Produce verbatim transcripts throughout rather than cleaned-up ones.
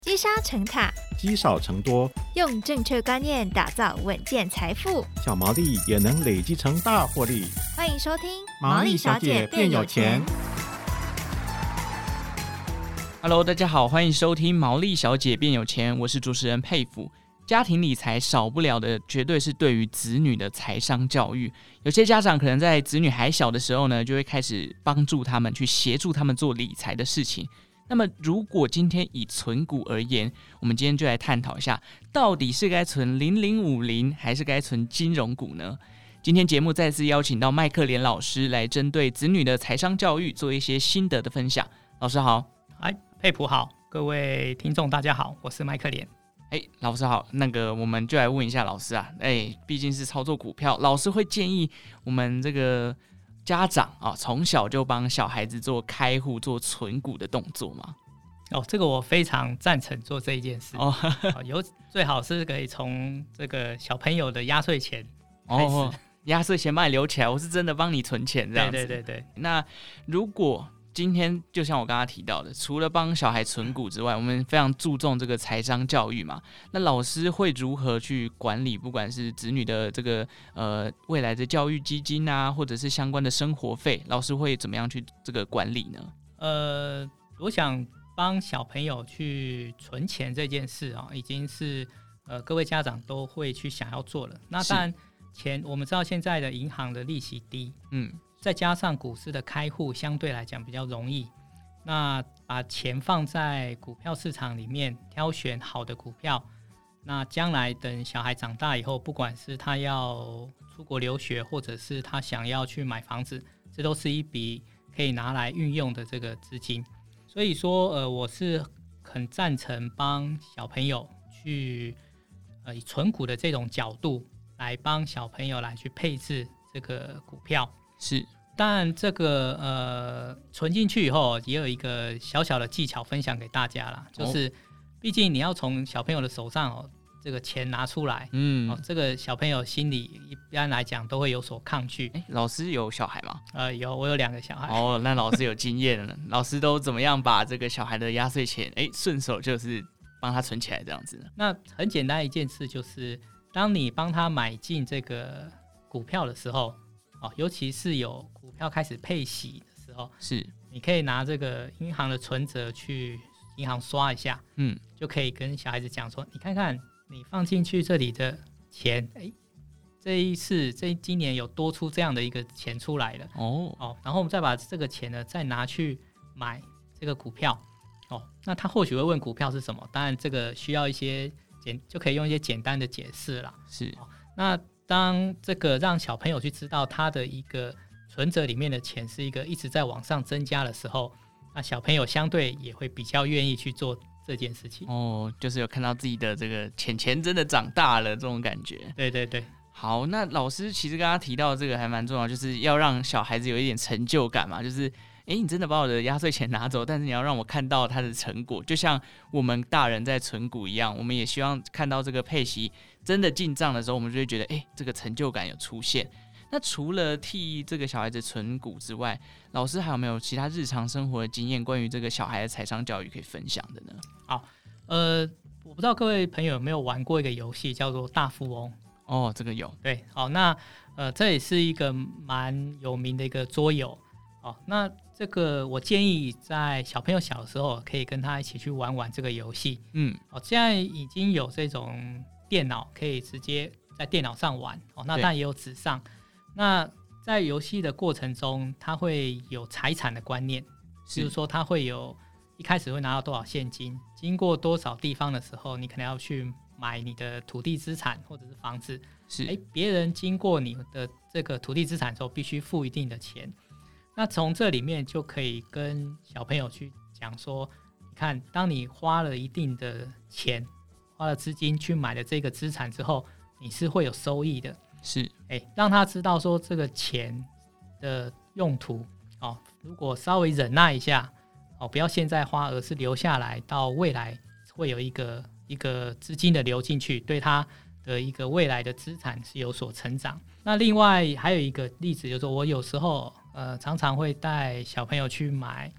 积沙成塔， 积少成多， 用正确观念打造稳健财富， 小毛利也能累积成大获利。 欢迎收听毛利小姐变有钱。 Hello， 大家好，欢迎收听毛利小姐变有钱，我是主持人佩服。家庭理财少不了的绝对是对于子女的财商教育，有些家长可能在子女还小的时候呢，就会开始帮助他们去协助他们做理财的事情。那么如果今天以存股而言，我们今天就来探讨一下，到底是该存零零五零还是该存金融股呢？今天节目再次邀请到麦克连老师来针对子女的财商教育做一些心得的分享。老师好。 嗨，佩普好，各位听众大家好，我是麦克连。 哎，老师好，那个我们就来问一下老师啊，哎，毕竟是操作股票，老师会建议我们这个家长啊，从小就帮小孩子做开户、做存股的动作吗？ 哦，这个我非常赞成做这一件事。哦，有最好是可以从这个小朋友的压岁钱开始，哦， 压岁钱帮你留起来，我是真的帮你存钱这样子。 对对对对。 那如果今天就像我刚刚提到的，除了帮小孩存股之外，我们非常注重这个财商教育嘛。那老师会如何去管理，不管是子女的这个呃未来的教育基金啊，或者是相关的生活费，老师会怎么样去这个管理呢？ 呃，我想帮小朋友去存钱这件事啊，已经是呃各位家长都会去想要做了。那当然钱，我们知道现在的银行的利息低，嗯。再加上股市的开户相对来讲比较容易，那把钱放在股票市场里面，挑选好的股票，那将来等小孩长大以后，不管是他要出国留学，或者是他想要去买房子，这都是一笔可以拿来运用的这个资金。所以说呃，我是很赞成帮小朋友去呃以存股的这种角度来帮小朋友来去配置这个股票。 是， 当然这个呃存进去以后，也有一个小小的技巧分享给大家啦，就是，毕竟你要从小朋友的手上哦，这个钱拿出来，嗯，哦，这个小朋友心里一般来讲都会有所抗拒。 欸，老师有小孩吗？ 呃，有，我有两个小孩。 哦，那老师有经验了，老师都怎么样把这个小孩的压岁钱，哎，顺手就是帮他存起来这样子呢？ 那很简单一件事，就是当你帮他买进这个股票的时候。哦，尤其是有股票开始配息的时候， 是你可以拿这个银行的存折去银行刷一下，嗯，就可以跟小孩子讲说，你看看你放进去这里的钱，哎，这一次这今年有多出这样的一个钱出来了，哦哦，然后我们再把这个钱呢再拿去买这个股票，哦，那他或许会问股票是什么，当然这个需要一些简就可以用一些简单的解释啦， 是， 哦，那。当这个让小朋友去知道他的一个存折里面的钱是一个一直在往上增加的时候，那小朋友相对也会比较愿意去做这件事情。 哦，就是有看到自己的这个钱钱真的长大了这种感觉。 对对对。 好，那老师其实刚刚提到这个还蛮重要，就是要让小孩子有一点成就感嘛，就是哎，你真的把我的压岁钱拿走，但是你要让我看到它的成果，就像我们大人在存股一样，我们也希望看到这个配息真的进账的时候，我们就会觉得，哎，这个成就感有出现。那除了替这个小孩子存股之外，老师还有没有其他日常生活的经验，关于这个小孩的财商教育可以分享的呢？ 好，呃，我不知道各位朋友有没有玩过一个游戏，叫做大富翁。 哦，这个有。 对，好，那呃，这也是一个蛮有名的一个桌游。哦，那这个我建议在小朋友小的时候可以跟他一起去玩玩这个游戏。嗯，哦，现在已经有这种电脑可以直接在电脑上玩。哦，那当然也有纸上。那在游戏的过程中，他会有财产的观念，比如说他会有一开始会拿到多少现金，经过多少地方的时候，你可能要去买你的土地资产或者是房子。是，哎，别人经过你的这个土地资产的时候，必须付一定的钱。那从这里面就可以跟小朋友去讲说，你看，当你花了一定的钱，花了资金去买了这个资产之后，你是会有收益的。 是， 哎，让他知道说这个钱的用途，哦，如果稍微忍耐一下，哦，不要现在花，而是留下来，到未来会有一个一个资金的流进去，对他的一个未来的资产是有所成长。那另外还有一个例子，就是说我有时候呃常常会带小朋友去买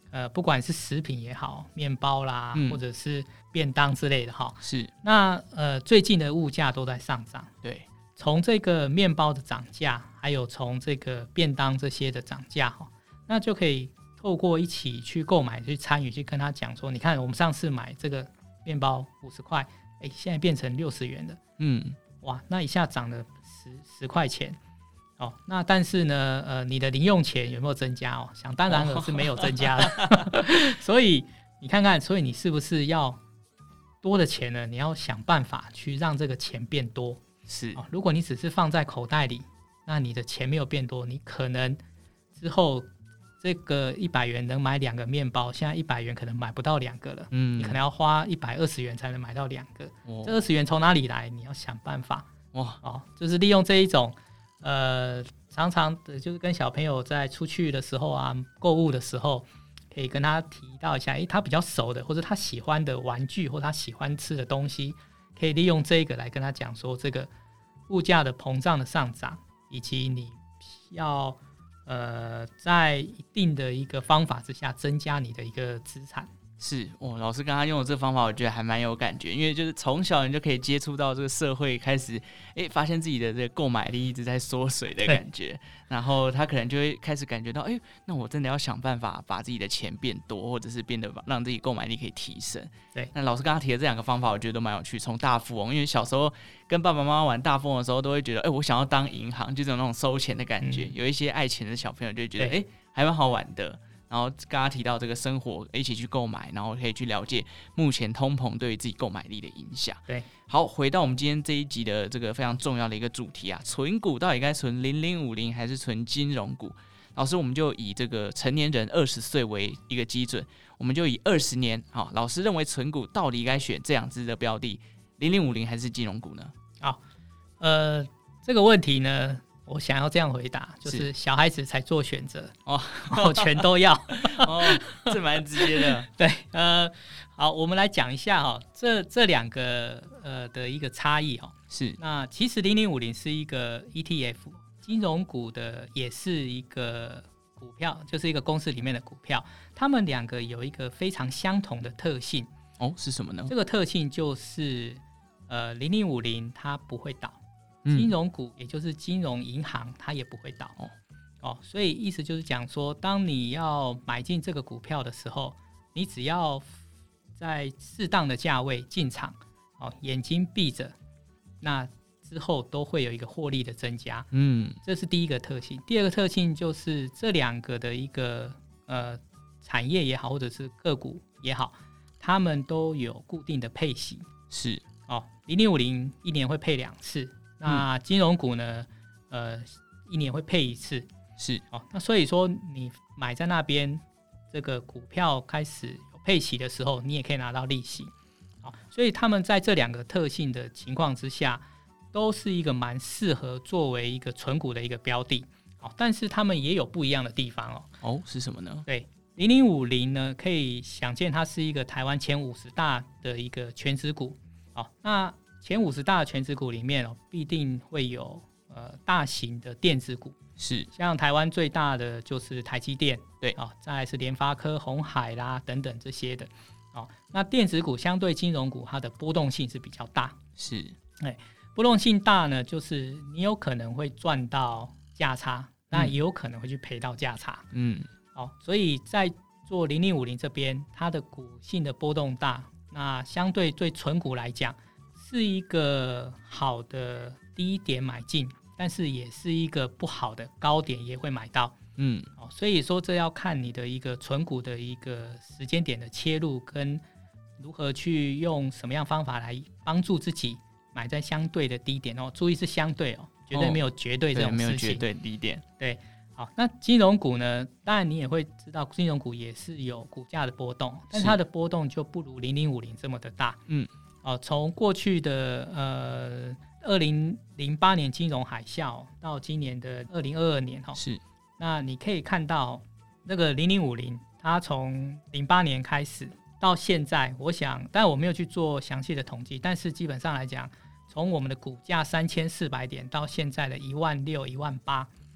呃，不管是食品也好，面包啦，嗯、或者是便当之类的哈， 是。 那呃，最近的物价都在上涨， 对， 从这个面包的涨价，还有从这个便当这些的涨价哈，那就可以透过一起去购买、去参与、去跟他讲说，你看我们上次买这个面包五十块，哎，现在变成六十元了，嗯，哇，那一下涨了十十块钱。哦，那但是呢，呃，你的零用钱有没有增加哦？想当然了是没有增加的，所以你看看，所以你是不是要多的钱呢？你要想办法去让这个钱变多。 是、 哦，如果你只是放在口袋里，那你的钱没有变多，你可能之后这个一百元能买两个面包，现在一百元可能买不到两个了，嗯，你可能要花一百二十元才能买到两个。哦、这二十元从哪里来？你要想办法。哇，哦，就是利用这一种。呃，常常的就是跟小朋友在出去的时候啊，购物的时候，可以跟他提到一下，诶，他比较熟的，或者他喜欢的玩具，或他喜欢吃的东西，可以利用这个来跟他讲说，这个物价的膨胀的上涨，以及你要呃在一定的一个方法之下增加你的一个资产。 是哦，老师刚刚用的这个方法，我觉得还蛮有感觉，因为就是从小你就可以接触到这个社会，开始哎发现自己的这个购买力一直在缩水的感觉，然后他可能就会开始感觉到，哎，那我真的要想办法把自己的钱变多，或者是变得让自己购买力可以提升。 对， 那老师刚刚提的这两个方法，我觉得都蛮有趣。从大富翁，因为小时候跟爸爸妈妈玩大富翁的时候，都会觉得，哎，我想要当银行，就是有那种收钱的感觉。嗯、有一些爱钱的小朋友就会觉得，哎，还蛮好玩的。然后刚刚提到这个生活一起去购买，然后可以去了解目前通膨对于自己购买力的影响。 对， 好，回到我们今天这一集的这个非常重要的一个主题啊，存股到底该存零零五零还是存金融股？老师，我们就以这个成年人二十岁为一个基准，我们就以二十年，好，老师认为存股到底该选这两支的标的，零零五零还是金融股呢？ 好，呃，这个问题呢，我想要这样回答，就是小孩子才做选择哦，我全都要哦，这蛮直接的。 对，呃，好，我们来讲一下哈、哦，这这两个呃的一个差异哈、哦。 是， 那其实零零五零是一个 E T F， 金融股的也是一个股票，就是一个公司里面的股票，它们两个有一个非常相同的特性哦，是什么呢？ 这个特性就是呃零零五零它不会倒。金融股也就是金融银行，它也不会倒哦，哦，所以意思就是讲说，当你要买进这个股票的时候，你只要在适当的价位进场，哦，眼睛闭着，那之后都会有一个获利的增加。嗯，这是第一个特性。第二个特性就是这两个的一个呃产业也好，或者是个股也好，他们都有固定的配息。 是哦，零零五零一年会配两次。那金融股呢？呃，一年会配一次， 是哦。那所以说，你买在那边，这个股票开始有配息的时候，你也可以拿到利息。哦，所以他们在这两个特性的情况之下，都是一个蛮适合作为一个存股的一个标的。哦，但是他们也有不一样的地方哦。 哦，是什么呢？ 对，零零五零呢，可以想见它是一个台湾前五十大的一个全指股。哦，那前五十大的全指股里面哦，必定会有呃大型的电子股， 是像台湾最大的就是台积电， 对啊、哦，再来是联发科、鸿海啦等等这些的，哦，那电子股相对金融股，它的波动性是比较大， 是， 哎，波动性大呢，就是你有可能会赚到价差，那也有可能会去赔到价差，嗯，哦，所以在做零零五零这边，它的股性的波动大，那相对对存股来讲。是一个好的低点买进，但是也是一个不好的高点也会买到，嗯，哦，所以说这要看你的一个存股的一个时间点的切入，跟如何去用什么样方法来帮助自己买在相对的低点哦。注意是相对哦，绝对没有绝对这种事情， 没有绝对低点。 对，好，那金融股呢？当然你也会知道，金融股也是有股价的波动，但是它的波动就不如零零五零这么的大，嗯。哦，从过去的呃二零零八年金融海啸到今年的二零二二年哈， 是， 那你可以看到那个零零五零，它从零八年开始到现在，我想，但我没有去做详细的统计，但是基本上来讲，从我们的股价三千四百点到现在的一万六、一万八，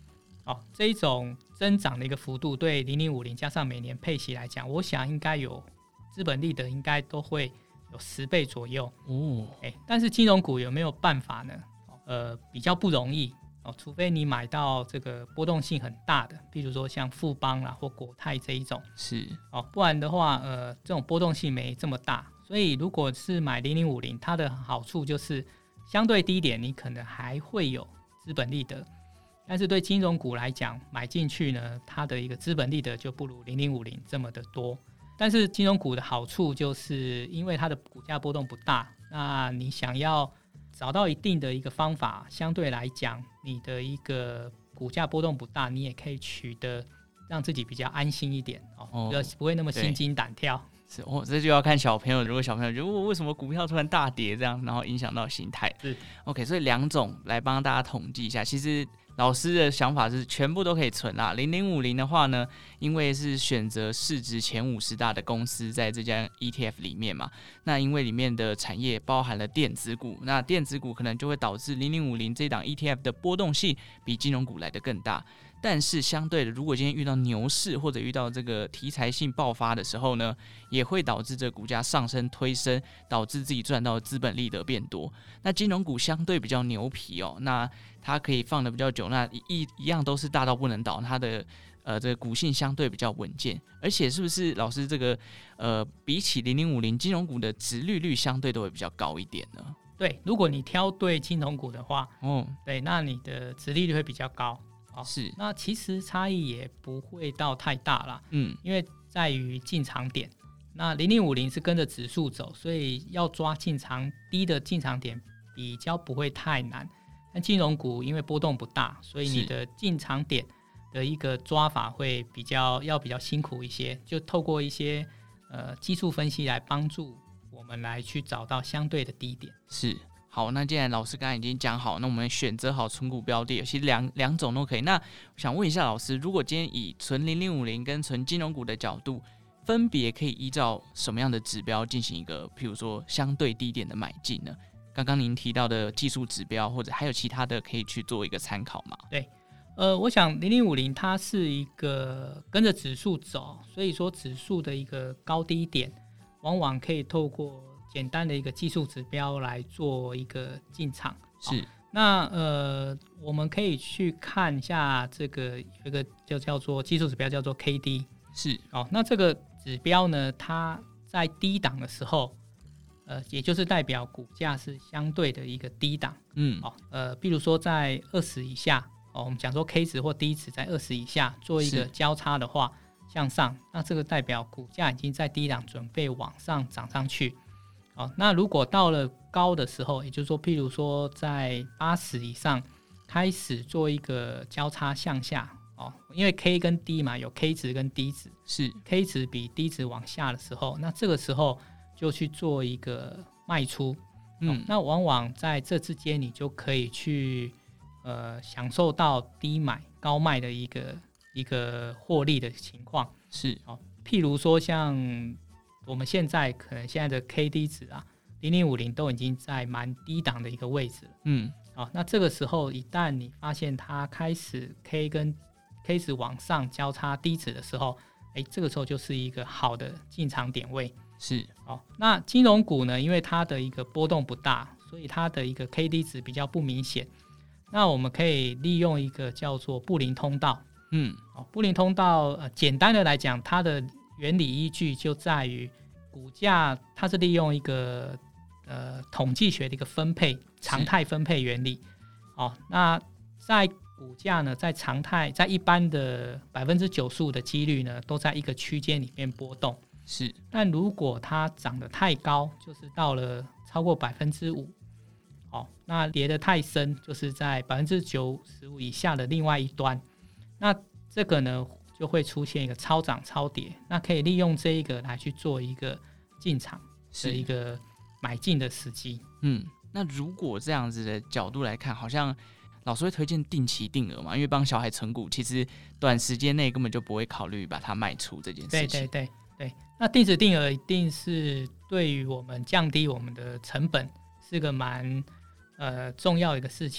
哦，这一种增长的一个幅度，对零零五零加上每年配息来讲，我想应该有资本利得应该都会有十倍左右哦。哎，但是金融股有没有办法呢？呃，比较不容易哦，除非你买到这个波动性很大的，比如说像富邦啦或国泰这一种， 是哦，不然的话，呃，这种波动性没这么大。所以如果是买零零五零，它的好处就是相对低点，你可能还会有资本利得。但是对金融股来讲，买进去呢，它的一个资本利得就不如零零五零这么的多。但是金融股的好处就是因为它的股价波动不大，那你想要找到一定的一个方法，相对来讲，你的一个股价波动不大，你也可以取得让自己比较安心一点哦，哦不会那么心惊胆跳。 是哦，这就要看小朋友。如果小朋友觉得我为什么股票突然大跌这样，然后影响到心态， 是 OK。所以两种来帮大家统计一下，其实老师的想法是全部都可以存啦。零零五零的话呢，因为是选择市值前五十大的公司在这家 E T F 里面嘛，那因为里面的产业包含了电子股，那电子股可能就会导致零零五零这档 E T F 的波动性比金融股来得更大。但是相对的，如果今天遇到牛市或者遇到这个题材性爆发的时候呢，也会导致这个股价上升推升，导致自己赚到的资本利得变多。那金融股相对比较牛皮哦，那它可以放得比较久，那一一样都是大到不能倒，它的呃这个股性相对比较稳健，而且是不是老师这个呃比起零零五零金融股的殖利率相对都会比较高一点呢？ 对，如果你挑对金融股的话，哦，对，那你的殖利率会比较高。哦、 是， 那其实差异也不会到太大啦，嗯，因为在于进场点。那零零五零是跟着指数走，所以要抓进场低的进场点比较不会太难。但金融股因为波动不大，所以你的进场点的一个抓法会比较要比较辛苦一些，就透过一些呃技术分析来帮助我们来去找到相对的低点。 是。好，那既然老师刚才已经讲好，那我们选择好存股标的，其实两两种都可以。那我想问一下老师，如果今天以存零零五零跟存金融股的角度，分别可以依照什么样的指标进行一个，譬如说相对低点的买进呢？刚刚您提到的技术指标，或者还有其他的可以去做一个参考吗？ 对，呃，我想零零五零它是一个跟着指数走，所以说指数的一个高低点，往往可以透过简单的一个技术指标来做一个进场。 是、哦、 那呃我们可以去看一下这个有一个就叫做技术指标叫做 K D。 是哦，那这个指标呢，它在低档的时候呃也就是代表股价是相对的一个低档。嗯哦呃比如说在二十以下哦，我们讲说 K 值或 D 值在二十以下做一个交叉的话向上，那这个代表股价已经在低档准备往上涨上去。哦、那如果到了高的时候，也就是说譬如说在八十以上开始做一个交叉向下、哦、因为 K 跟 D 嘛，有 K 值跟 D 值， 是 K 值比 D 值往下的时候，那这个时候就去做一个卖出。嗯、哦，那往往在这之间你就可以去呃享受到低买高卖的一个一个获利的情况。 是、 哦、譬如说像我们现在可能现在的 K D 值啊，零零五零都已经在蛮低档的一个位置了。嗯，好、哦，那这个时候一旦你发现它开始 K 跟 K 值往上交叉低值的时候，哎，这个时候就是一个好的进场点位。 是， 好、哦，那金融股呢，因为它的一个波动不大，所以它的一个 K D 值比较不明显。那我们可以利用一个叫做布林通道。嗯，哦，布林通道，呃，简单的来讲，它的原理依据就在于股价，它是利用一个呃统计学的一个分配常态分配原理。哦，那在股价呢，在常态在一般的百分之九十五的几率呢，都在一个区间里面波动。 是， 但如果它涨得太高，就是到了超过百分之五，哦，那跌得太深，就是在百分之九十五以下的另外一端。那这个呢就会出现一个超涨超跌，那可以利用这一个来去做一个进场的一个买进的时机。 嗯，那如果这样子的角度来看，好像老师会推荐定期定额嘛，因为帮小孩存股，其实短时间内根本就不会考虑把它卖出这件事情。 对对对对，那定时定额一定是对于我们降低我们的成本是个蛮呃重要的一个事情。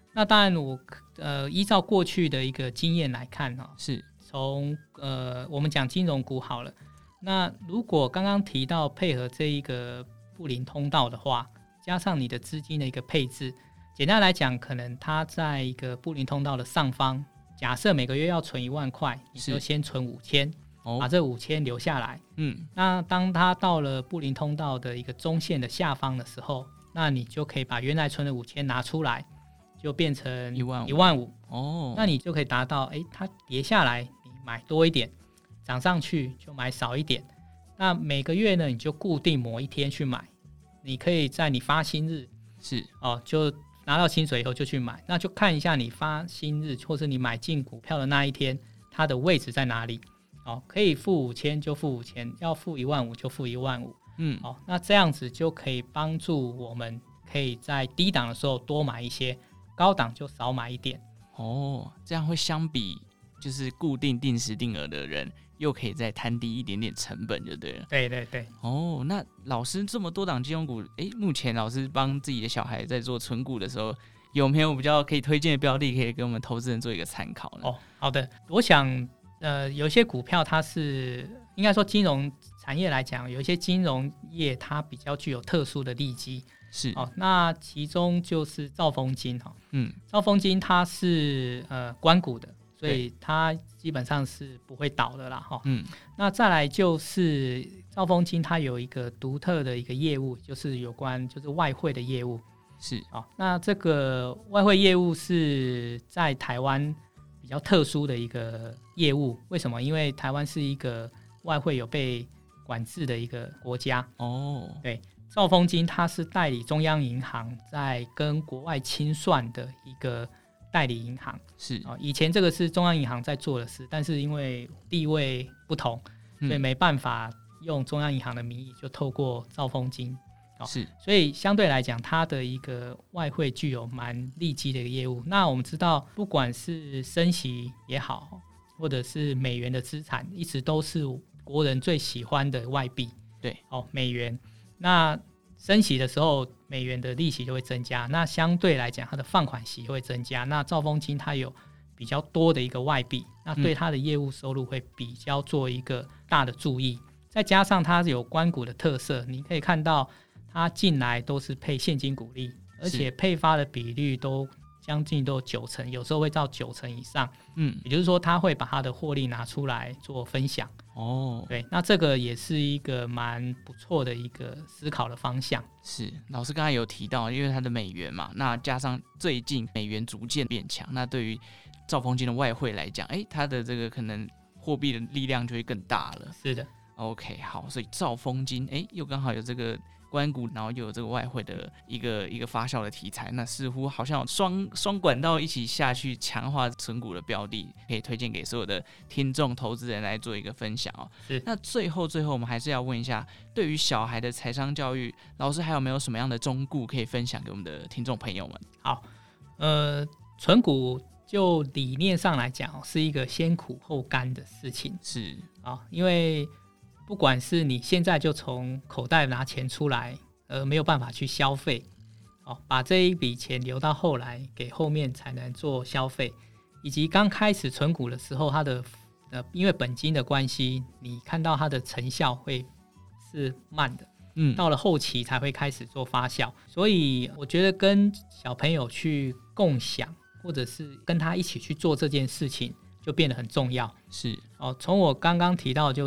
那当然我呃依照过去的一个经验来看哈， 是从呃我们讲金融股好了，那如果刚刚提到配合这一个布林通道的话，加上你的资金的一个配置，简单来讲，可能它在一个布林通道的上方，假设每个月要存一万块，你就先存五千。把这五千留下来，嗯，那当它到了布林通道的一个中线的下方的时候，那你就可以把原来存的五千拿出来，就变成一万五，一万五哦，那你就可以达到，哎，它跌下来你买多一点，涨上去就买少一点。那每个月呢，你就固定某一天去买，你可以在你发薪日是哦，就拿到薪水以后就去买，那就看一下你发薪日或是你买进股票的那一天，它的位置在哪里。哦、可以付五千就付五千，要付一万五就付一万五。嗯，好、哦，那这样子就可以帮助我们可以在低档的时候多买一些，高档就少买一点。 哦，这样会相比就是固定定时定额的人，又可以再摊低一点点成本，就对了。 对对对。 哦，那老师这么多档金融股，哎，目前老师帮自己的小孩在做存股的时候，有没有比较可以推荐的标的，可以给我们投资人做一个参考呢？ 哦，好的，我想。呃，有一些股票它是应该说金融产业来讲，有一些金融业它比较具有特殊的利基， 是哦。那其中就是兆丰金哈，嗯，兆丰金它是呃官股的，所以它基本上是不会倒的啦哈。嗯，那再来就是兆丰金它有一个独特的一个业务，就是有关就是外汇的业务， 是哦。那这个外汇业务是在台湾比较特殊的一个业务，为什么？因为台湾是一个外汇有被管制的一个国家哦。对，兆丰金它是代理中央银行在跟国外清算的一个代理银行， 是啊。以前这个是中央银行在做的事，但是因为地位不同，所以没办法用中央银行的名义，就透过兆丰金。 是， 所以相对来讲，它的一个外汇具有蛮利基的一个业务。那我们知道，不管是升息也好，或者是美元的资产，一直都是国人最喜欢的外币。 对， 哦，美元。那升息的时候，美元的利息就会增加，那相对来讲，它的放款息会增加。那兆丰金它有比较多的一个外币，那对它的业务收入会比较做一个大的注意。嗯、再加上它有官股的特色，你可以看到。它进来都是配现金股利，而且配发的比率都将近都九成，有时候会到九成以上。嗯，也就是说，他会把他的获利拿出来做分享。哦，对，那这个也是一个蛮不错的一个思考的方向。 是，老师刚才有提到，因为它的美元嘛，那加上最近美元逐渐变强，那对于兆丰金的外汇来讲，哎，它的这个可能货币的力量就会更大了。 是的 ，OK， 好，所以兆丰金，哎，又刚好有这个。官股，然后又有这个外汇的一个一个发酵的题材，那似乎好像有双双管道一起下去强化存股的标的，可以推荐给所有的听众投资人来做一个分享哦。那最后最后我们还是要问一下，对于小孩的财商教育，老师还有没有什么样的忠告可以分享给我们的听众朋友们？ 好，呃，存股就理念上来讲，是一个先苦后甘的事情， 是啊，因为。不管是你现在就从口袋拿钱出来，而没有办法去消费，哦，把这一笔钱留到后来，给后面才能做消费，以及刚开始存股的时候，它的呃，因为本金的关系，你看到它的成效会是慢的，嗯，到了后期才会开始做发酵，所以我觉得跟小朋友去共享，或者是跟他一起去做这件事情，就变得很重要。 是哦，从我刚刚提到就是。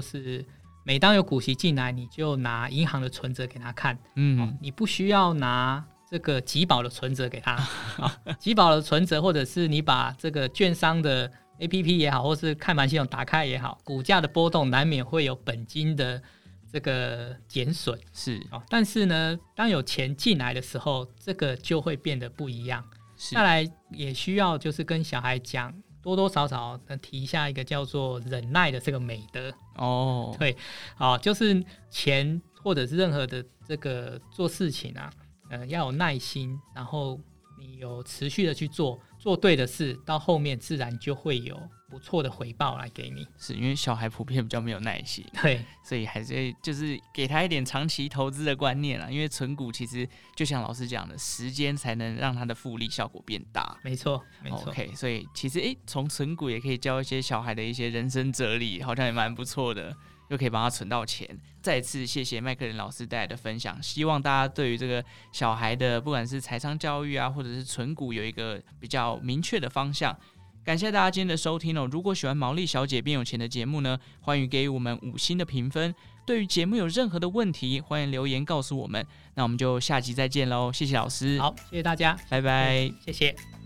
每当有股息进来，你就拿银行的存折给他看，嗯、哦，你不需要拿这个集保的存折给他，啊、哦，集保的存折，或者是你把这个券商的 A P P 也好，或是看盘系统打开也好，股价的波动难免会有本金的这个减损， 是哦，但是呢，当有钱进来的时候，这个就会变得不一样。再来也需要就是跟小孩讲。多多少少提一下一个叫做忍耐的这个美德哦，对，好，就是钱或者是任何的这个做事情啊，呃，要有耐心，然后你有持续的去做，做对的事，到后面自然就会有不错的回报来给你。 是因为小孩普遍比较没有耐心， 对， 所以还是就是给他一点长期投资的观念啦。因为存股其实就像老师讲的，时间才能让它的复利效果变大。 没错，没错。 OK， 所以其实诶，从存股也可以教一些小孩的一些人生哲理，好像也蛮不错的。又可以帮他存到钱。再一次谢谢麦克仁老师带来的分享，希望大家对于这个小孩的不管是财商教育啊，或者是存股有一个比较明确的方向。感谢大家今天的收听哦！如果喜欢毛利小姐变有钱的节目呢，欢迎给予我们五星的评分。对于节目有任何的问题，欢迎留言告诉我们。那我们就下集再见喽！谢谢老师， 好，谢谢大家， 拜拜， 谢谢。